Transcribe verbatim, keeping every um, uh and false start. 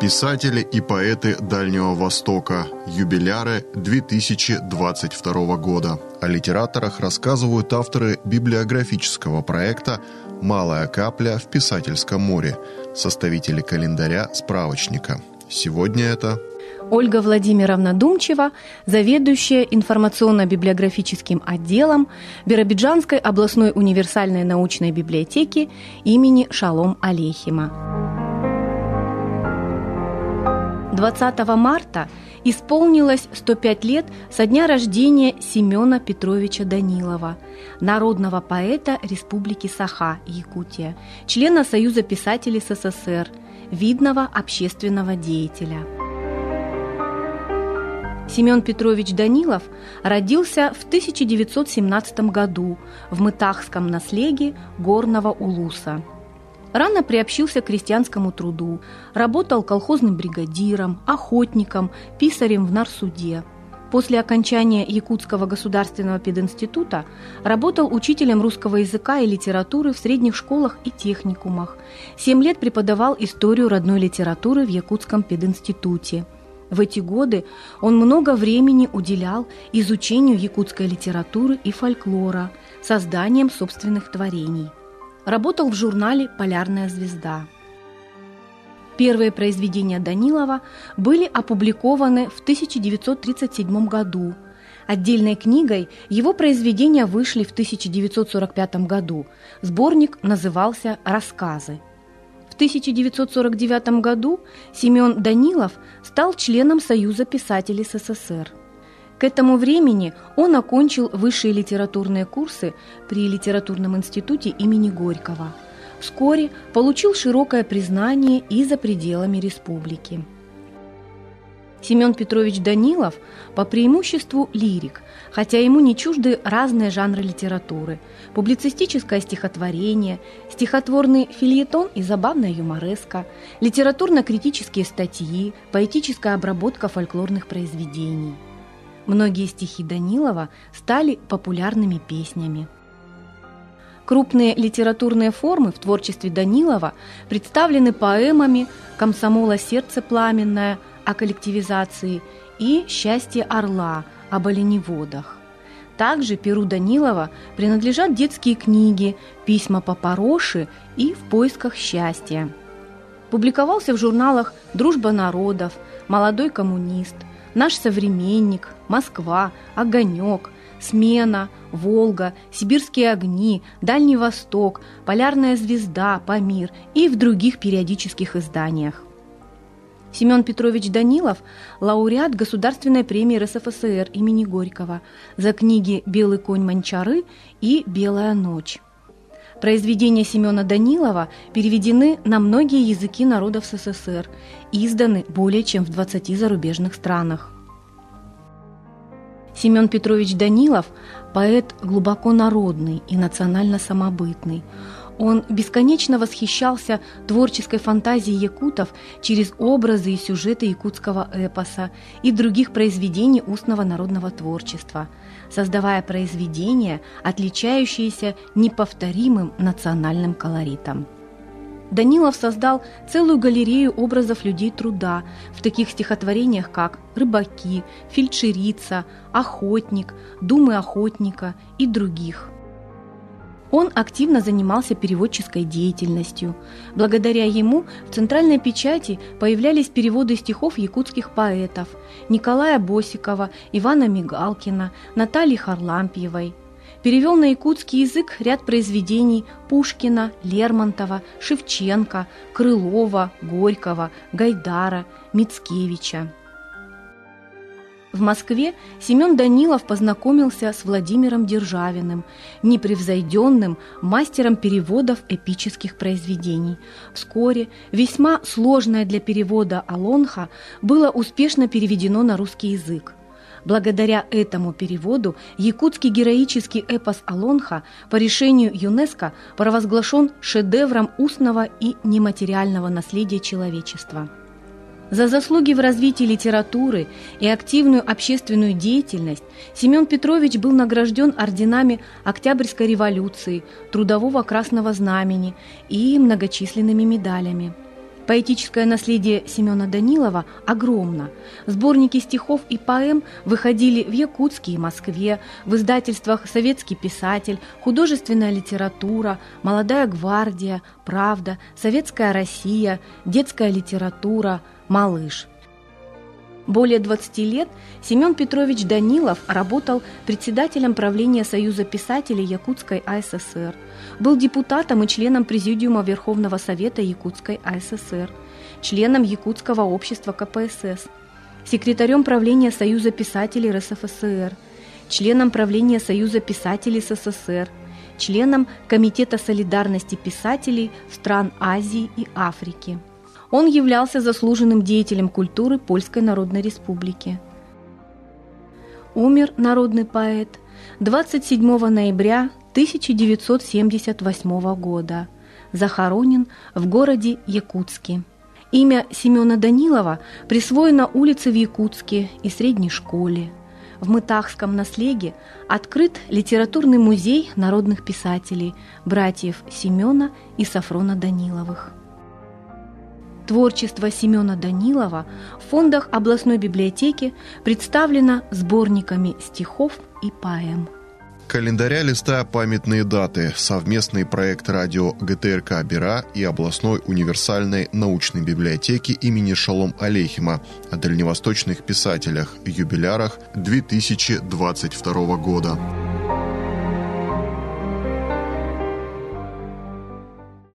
Писатели и поэты Дальнего Востока. Юбиляры две тысячи двадцать второго года. О литераторах рассказывают авторы библиографического проекта «Малая капля в писательском море», составители календаря справочника. Сегодня это Ольга Владимировна Думчева, заведующая информационно-библиографическим отделом Биробиджанской областной универсальной научной библиотеки имени Шалом Алейхима. двадцатого марта исполнилось сто пять лет со дня рождения Семена Петровича Данилова, народного поэта Республики Саха, Якутия, члена Союза писателей СССР, видного общественного деятеля. Семен Петрович Данилов родился в тысяча девятьсот семнадцатом году в Мытахском наслеге Горного Улуса. Рано приобщился к крестьянскому труду, работал колхозным бригадиром, охотником, писарем в нарсуде. После окончания Якутского государственного пединститута работал учителем русского языка и литературы в средних школах и техникумах. Семь лет преподавал историю родной литературы в Якутском пединституте. В эти годы он много времени уделял изучению якутской литературы и фольклора, созданием собственных творений. Работал в журнале «Полярная звезда». Первые произведения Данилова были опубликованы в тысяча девятьсот тридцать седьмом году. Отдельной книгой его произведения вышли в тысяча девятьсот сорок пятом году. Сборник назывался «Рассказы». В тысяча девятьсот сорок девятом году Семен Данилов стал членом Союза писателей СССР. К этому времени он окончил высшие литературные курсы при Литературном институте имени Горького. Вскоре получил широкое признание и за пределами республики. Семен Петрович Данилов по преимуществу лирик, хотя ему не чужды разные жанры литературы: публицистическое стихотворение, стихотворный фельетон и забавная юмореска, литературно-критические статьи, поэтическая обработка фольклорных произведений. Многие стихи Данилова стали популярными песнями. Крупные литературные формы в творчестве Данилова представлены поэмами «Комсомола сердце пламенное» о коллективизации и «Счастье орла» об оленеводах. Также перу Данилова принадлежат детские книги «Письма Папороши» и «В поисках счастья». Публиковался в журналах «Дружба народов», «Молодой коммунист», «Наш современник», «Москва», «Огонек», «Смена», «Волга», «Сибирские огни», «Дальний Восток», «Полярная звезда», «Памир» и в других периодических изданиях. Семен Петрович Данилов – лауреат Государственной премии РСФСР имени Горького за книги «Белый конь Манчары» и «Белая ночь». Произведения Семена Данилова переведены на многие языки народов СССР и изданы более чем в двадцати зарубежных странах. Семен Петрович Данилов – поэт глубоко народный и национально самобытный. Он бесконечно восхищался творческой фантазией якутов через образы и сюжеты якутского эпоса и других произведений устного народного творчества, создавая произведения, отличающиеся неповторимым национальным колоритом. Данилов создал целую галерею образов людей труда в таких стихотворениях, как «Рыбаки», «Фельдшерица», «Охотник», «Думы охотника» и других. Он активно занимался переводческой деятельностью. Благодаря ему в центральной печати появлялись переводы стихов якутских поэтов Николая Босикова, Ивана Мигалкина, Натальи Харлампьевой. Перевел на якутский язык ряд произведений Пушкина, Лермонтова, Шевченко, Крылова, Горького, Гайдара, Мицкевича. В Москве Семен Данилов познакомился с Владимиром Державиным, непревзойденным мастером переводов эпических произведений. Вскоре весьма сложное для перевода «Алонха» было успешно переведено на русский язык. Благодаря этому переводу якутский героический эпос «Алонха» по решению ЮНЕСКО провозглашен шедевром устного и нематериального наследия человечества. За заслуги в развитии литературы и активную общественную деятельность Семен Петрович был награжден орденами Октябрьской революции, Трудового Красного Знамени и многочисленными медалями. Поэтическое наследие Семена Данилова огромно. Сборники стихов и поэм выходили в Якутске и Москве, в издательствах «Советский писатель», «Художественная литература», «Молодая гвардия», «Правда», «Советская Россия», «Детская литература», «Малыш». Более двадцати лет Семен Петрович Данилов работал председателем правления Союза писателей Якутской АССР, был депутатом и членом Президиума Верховного Совета Якутской АССР, членом Якутского общества ка пэ эс эс, секретарем правления Союза писателей эр эс эф эс ер, членом правления Союза писателей эс эс эс эр, членом Комитета солидарности писателей стран Азии и Африки. Он являлся заслуженным деятелем культуры Польской Народной Республики. Умер народный поэт двадцать седьмого ноября тысяча девятьсот семьдесят восьмого года. Захоронен в городе Якутске. Имя Семена Данилова присвоено улице в Якутске и средней школе. В Мытахском наслеге открыт литературный музей народных писателей братьев Семена и Сафрона Даниловых. Творчество Семена Данилова в фондах областной библиотеки представлено сборниками стихов и поэм. Календаря листа памятные даты. Совместный проект радио гэ тэ эр ка «Бира» и областной универсальной научной библиотеки имени Шолом Алейхима о дальневосточных писателях, юбилярах две тысячи двадцать второго года.